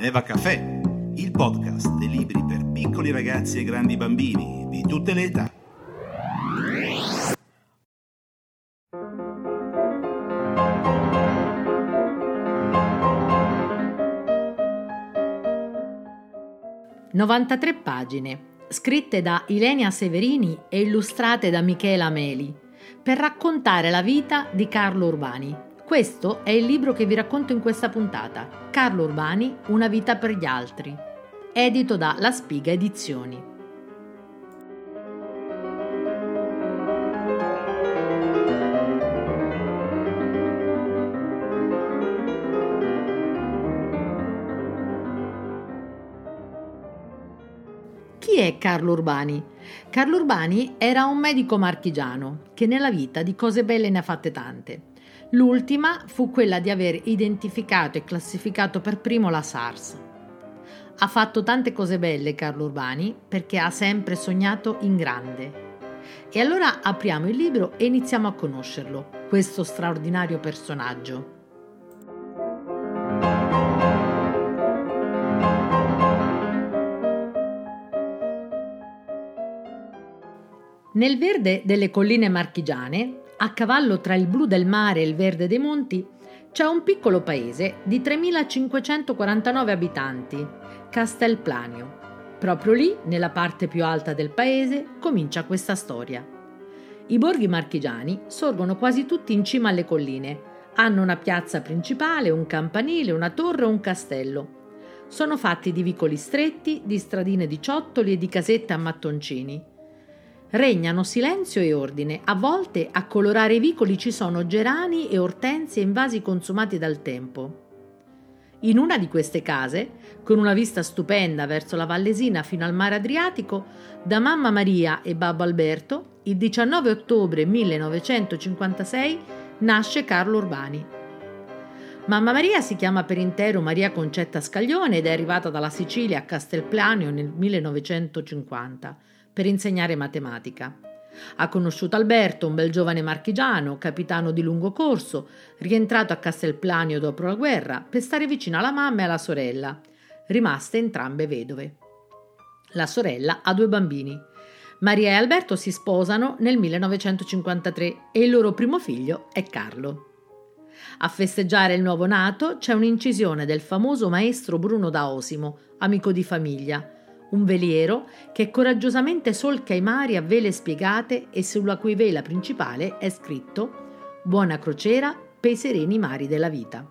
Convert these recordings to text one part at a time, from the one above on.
Eva Caffè, il podcast dei libri per piccoli ragazzi e grandi bambini di tutte le età. «93 pagine, scritte da Ilenia Severini e illustrate da Michela Meli, per raccontare la vita di Carlo Urbani. Questo è il libro che vi racconto in questa puntata. Carlo Urbani, Una vita per gli altri», edito da La Spiga Edizioni. Chi è Carlo Urbani? Carlo Urbani era un medico marchigiano che nella vita di cose belle ne ha fatte tante. L'ultima fu quella di aver identificato e classificato per primo la SARS. Ha fatto tante cose belle Carlo Urbani perché ha sempre sognato in grande. E allora apriamo il libro e iniziamo a conoscerlo, questo straordinario personaggio. Nel verde delle colline marchigiane, a cavallo tra il blu del mare e il verde dei monti, c'è un piccolo paese di 3.549 abitanti, Castelplanio. Proprio lì, nella parte più alta del paese, comincia questa storia. I borghi marchigiani sorgono quasi tutti in cima alle colline. Hanno una piazza principale, un campanile, una torre o un castello. Sono fatti di vicoli stretti, di stradine di ciottoli e di casette a mattoncini. Regnano silenzio e ordine. A volte a colorare i vicoli ci sono gerani e ortensie in vasi consumati dal tempo. In una di queste case, con una vista stupenda verso la Vallesina fino al mare Adriatico, da mamma Maria e babbo Alberto, il 19 ottobre 1956 nasce Carlo Urbani. Mamma Maria si chiama per intero Maria Concetta Scaglione ed è arrivata dalla Sicilia a Castelplanio nel 1950. Per insegnare matematica. Ha conosciuto Alberto, un bel giovane marchigiano, capitano di lungo corso, rientrato a Castelplanio dopo la guerra per stare vicino alla mamma e alla sorella, rimaste entrambe vedove. La sorella ha 2 bambini. Maria e Alberto si sposano nel 1953 e il loro primo figlio è Carlo. A festeggiare il nuovo nato c'è un'incisione del famoso maestro Bruno da Osimo, amico di famiglia, un veliero che coraggiosamente solca i mari a vele spiegate e sulla cui vela principale è scritto «Buona crociera pei sereni mari della vita».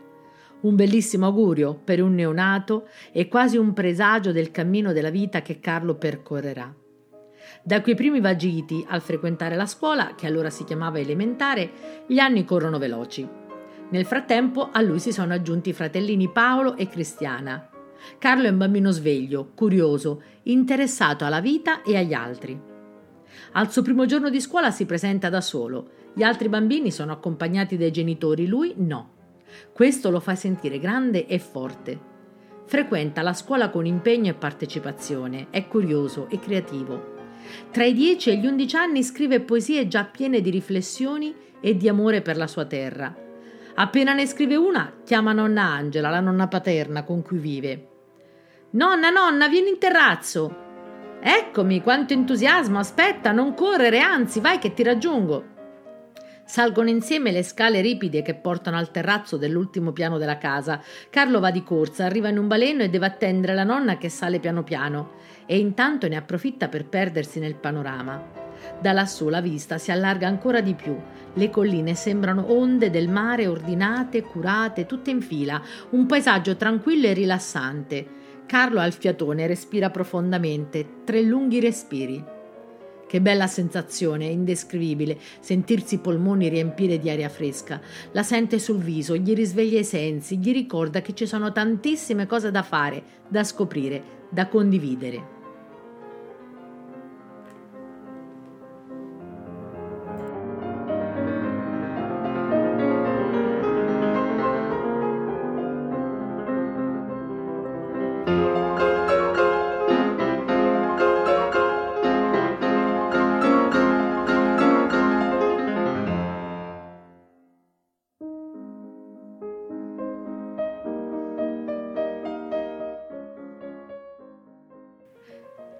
Un bellissimo augurio per un neonato e quasi un presagio del cammino della vita che Carlo percorrerà. Da quei primi vagiti al frequentare la scuola, che allora si chiamava elementare, gli anni corrono veloci. Nel frattempo a lui si sono aggiunti i fratellini Paolo e Cristiana. Carlo è un bambino sveglio, curioso, interessato alla vita e agli altri. Al suo primo giorno di scuola si presenta da solo. Gli altri bambini sono accompagnati dai genitori, lui no. Questo lo fa sentire grande e forte. Frequenta la scuola con impegno e partecipazione, è curioso e creativo. Tra i 10 e gli 11 anni scrive poesie già piene di riflessioni e di amore per la sua terra. Appena ne scrive una, chiama nonna Angela, la nonna paterna con cui vive. «Nonna, vieni in terrazzo!» «Eccomi, quanto entusiasmo, aspetta, non correre, anzi, vai che ti raggiungo!» Salgono insieme le scale ripide che portano al terrazzo dell'ultimo piano della casa. Carlo va di corsa, arriva in un baleno e deve attendere la nonna che sale piano piano e intanto ne approfitta per perdersi nel panorama. Da lassù la vista si allarga ancora di più. Le colline sembrano onde del mare ordinate, curate, tutte in fila, un paesaggio tranquillo e rilassante. Carlo ha il fiatone, respira profondamente, 3 lunghi respiri. Che bella sensazione, indescrivibile, sentirsi i polmoni riempire di aria fresca. La sente sul viso, gli risveglia i sensi, gli ricorda che ci sono tantissime cose da fare, da scoprire, da condividere.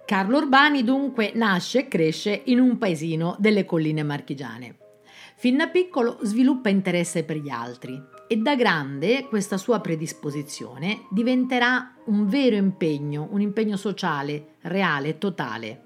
Carlo Urbani dunque nasce e cresce in un paesino delle colline marchigiane. Fin da piccolo sviluppa interesse per gli altri e da grande questa sua predisposizione diventerà un vero impegno, un impegno sociale, reale e totale.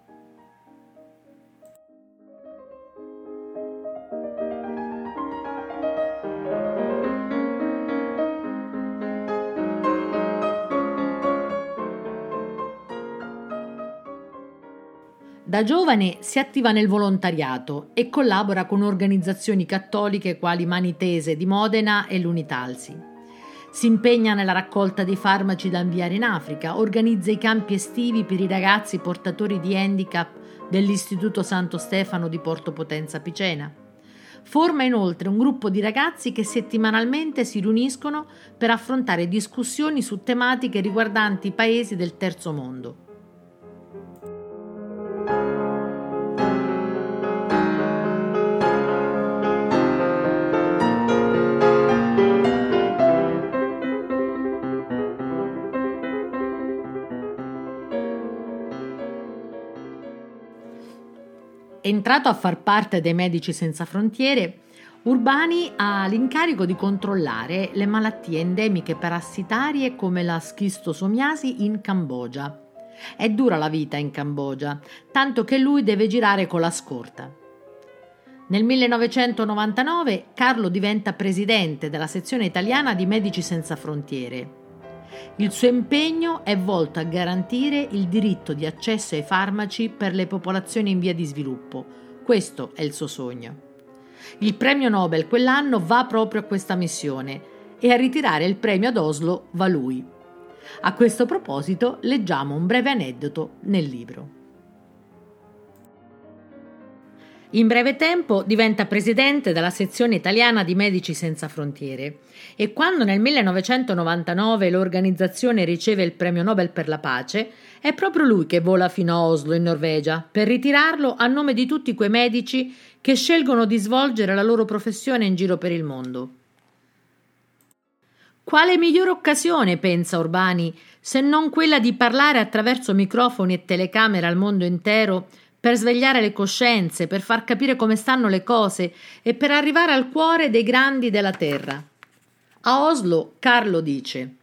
Da giovane si attiva nel volontariato e collabora con organizzazioni cattoliche quali Mani Tese di Modena e l'Unitalsi. Si impegna nella raccolta dei farmaci da inviare in Africa, organizza i campi estivi per i ragazzi portatori di handicap dell'Istituto Santo Stefano di Porto Potenza Picena. Forma inoltre un gruppo di ragazzi che settimanalmente si riuniscono per affrontare discussioni su tematiche riguardanti i paesi del terzo mondo. Entrato a far parte dei Medici Senza Frontiere, Urbani ha l'incarico di controllare le malattie endemiche parassitarie come la schistosomiasi in Cambogia. È dura la vita in Cambogia, tanto che lui deve girare con la scorta. Nel 1999 Carlo diventa presidente della sezione italiana di Medici Senza Frontiere. Il suo impegno è volto a garantire il diritto di accesso ai farmaci per le popolazioni in via di sviluppo. Questo è il suo sogno. Il premio Nobel quell'anno va proprio a questa missione e a ritirare il premio ad Oslo va lui. A questo proposito leggiamo un breve aneddoto nel libro. In breve tempo diventa presidente della sezione italiana di Medici Senza Frontiere e quando nel 1999 l'organizzazione riceve il premio Nobel per la pace, è proprio lui che vola fino a Oslo in Norvegia per ritirarlo a nome di tutti quei medici che scelgono di svolgere la loro professione in giro per il mondo. Quale migliore occasione, pensa Urbani, se non quella di parlare attraverso microfoni e telecamere al mondo intero per svegliare le coscienze, per far capire come stanno le cose e per arrivare al cuore dei grandi della terra. A Oslo Carlo dice: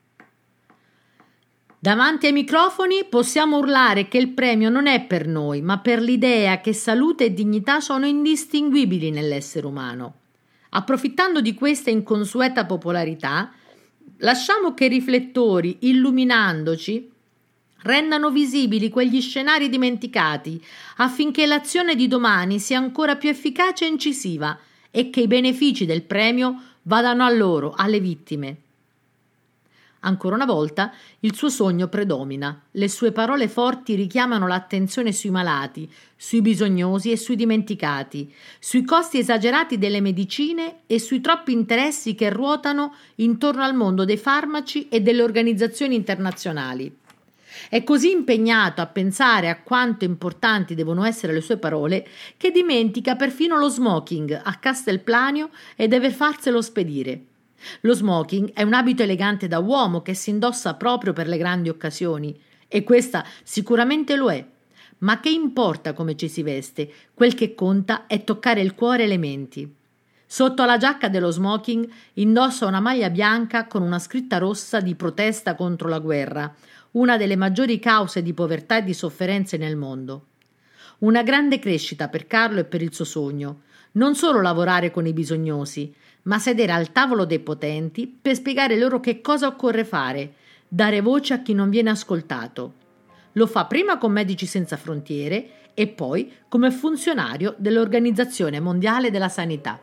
davanti ai microfoni possiamo urlare che il premio non è per noi, ma per l'idea che salute e dignità sono indistinguibili nell'essere umano. Approfittando di questa inconsueta popolarità, lasciamo che i riflettori, illuminandoci, rendano visibili quegli scenari dimenticati affinché l'azione di domani sia ancora più efficace e incisiva e che i benefici del premio vadano a loro, alle vittime. Ancora una volta il suo sogno predomina, le sue parole forti richiamano l'attenzione sui malati, sui bisognosi e sui dimenticati, sui costi esagerati delle medicine e sui troppi interessi che ruotano intorno al mondo dei farmaci e delle organizzazioni internazionali. È così impegnato a pensare a quanto importanti devono essere le sue parole che dimentica perfino lo smoking a Castelplanio e deve farselo spedire. Lo smoking è un abito elegante da uomo che si indossa proprio per le grandi occasioni e questa sicuramente lo è. Ma che importa come ci si veste? Quel che conta è toccare il cuore e le menti. Sotto alla giacca dello smoking indossa una maglia bianca con una scritta rossa di protesta contro la guerra, una delle maggiori cause di povertà e di sofferenze nel mondo. Una grande crescita per Carlo e per il suo sogno, non solo lavorare con i bisognosi, ma sedere al tavolo dei potenti per spiegare loro che cosa occorre fare, dare voce a chi non viene ascoltato. Lo fa prima con Medici Senza Frontiere e poi come funzionario dell'Organizzazione Mondiale della Sanità.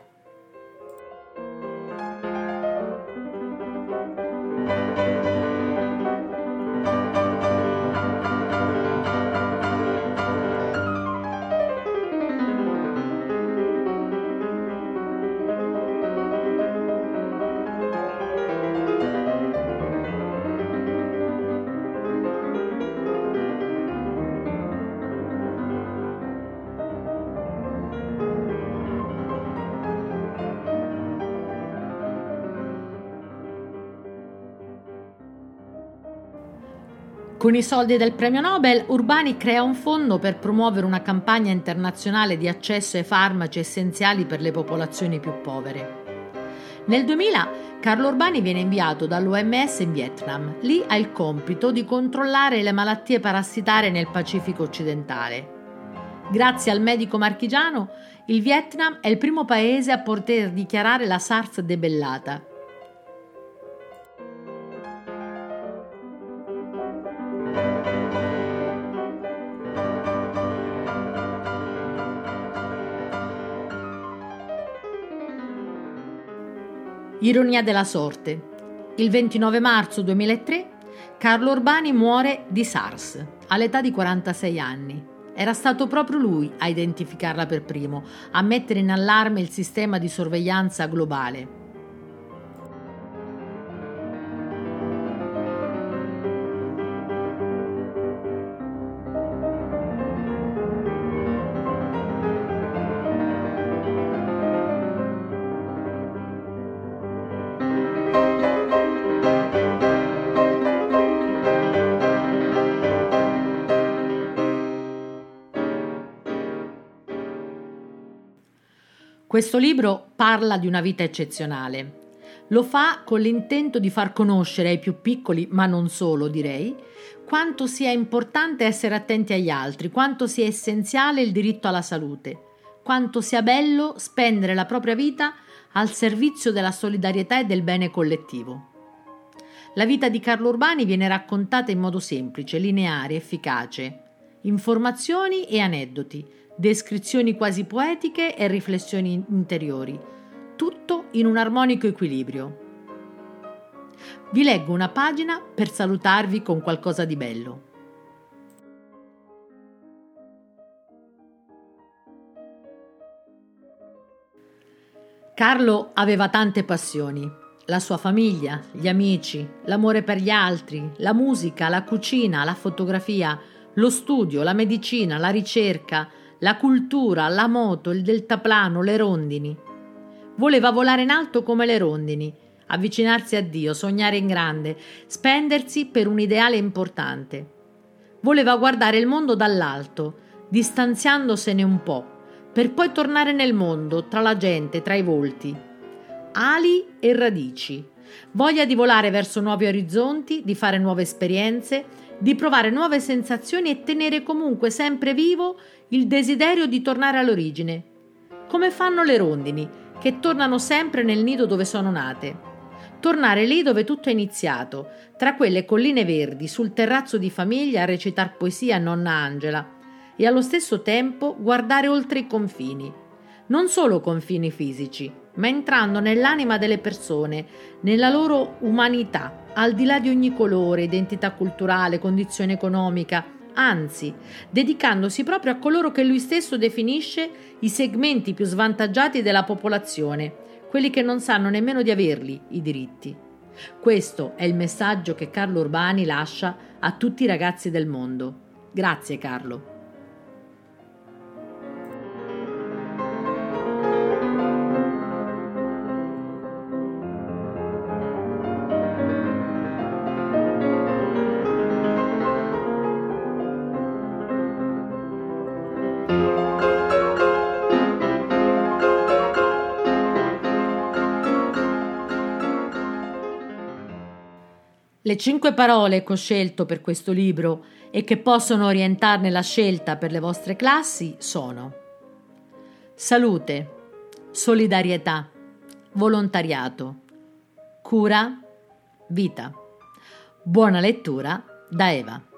Con i soldi del premio Nobel, Urbani crea un fondo per promuovere una campagna internazionale di accesso ai farmaci essenziali per le popolazioni più povere. Nel 2000 Carlo Urbani viene inviato dall'OMS in Vietnam. Lì ha il compito di controllare le malattie parassitarie nel Pacifico occidentale. Grazie al medico marchigiano, il Vietnam è il primo paese a poter dichiarare la SARS debellata. Ironia della sorte. Il 29 marzo 2003 Carlo Urbani muore di SARS all'età di 46 anni. Era stato proprio lui a identificarla per primo, a mettere in allarme il sistema di sorveglianza globale. Questo libro parla di una vita eccezionale. Lo fa con l'intento di far conoscere ai più piccoli, ma non solo direi, quanto sia importante essere attenti agli altri, quanto sia essenziale il diritto alla salute, quanto sia bello spendere la propria vita al servizio della solidarietà e del bene collettivo. La vita di Carlo Urbani viene raccontata in modo semplice, lineare, efficace. Informazioni e aneddoti, descrizioni quasi poetiche e riflessioni interiori, tutto in un armonico equilibrio. Vi leggo una pagina per salutarvi con qualcosa di bello. Carlo aveva tante passioni: la sua famiglia, gli amici, l'amore per gli altri, la musica, la cucina, la fotografia, lo studio, la medicina, la ricerca, la cultura, la moto, il deltaplano, le rondini. Voleva volare in alto come le rondini, avvicinarsi a Dio, sognare in grande, spendersi per un ideale importante. Voleva guardare il mondo dall'alto, distanziandosene un po', per poi tornare nel mondo, tra la gente, tra i volti. Ali e radici, voglia di volare verso nuovi orizzonti, di fare nuove esperienze, di provare nuove sensazioni e tenere comunque sempre vivo il desiderio di tornare all'origine, come fanno le rondini, che tornano sempre nel nido dove sono nate. Tornare lì dove tutto è iniziato, tra quelle colline verdi, sul terrazzo di famiglia a recitar poesia a nonna Angela, e allo stesso tempo guardare oltre i confini, non solo confini fisici, ma entrando nell'anima delle persone, nella loro umanità, al di là di ogni colore, identità culturale, condizione economica, anzi, dedicandosi proprio a coloro che lui stesso definisce i segmenti più svantaggiati della popolazione, quelli che non sanno nemmeno di averli, i diritti. Questo è il messaggio che Carlo Urbani lascia a tutti i ragazzi del mondo. Grazie Carlo. Le 5 parole che ho scelto per questo libro e che possono orientarne la scelta per le vostre classi sono: salute, solidarietà, volontariato, cura, vita. Buona lettura da Eva.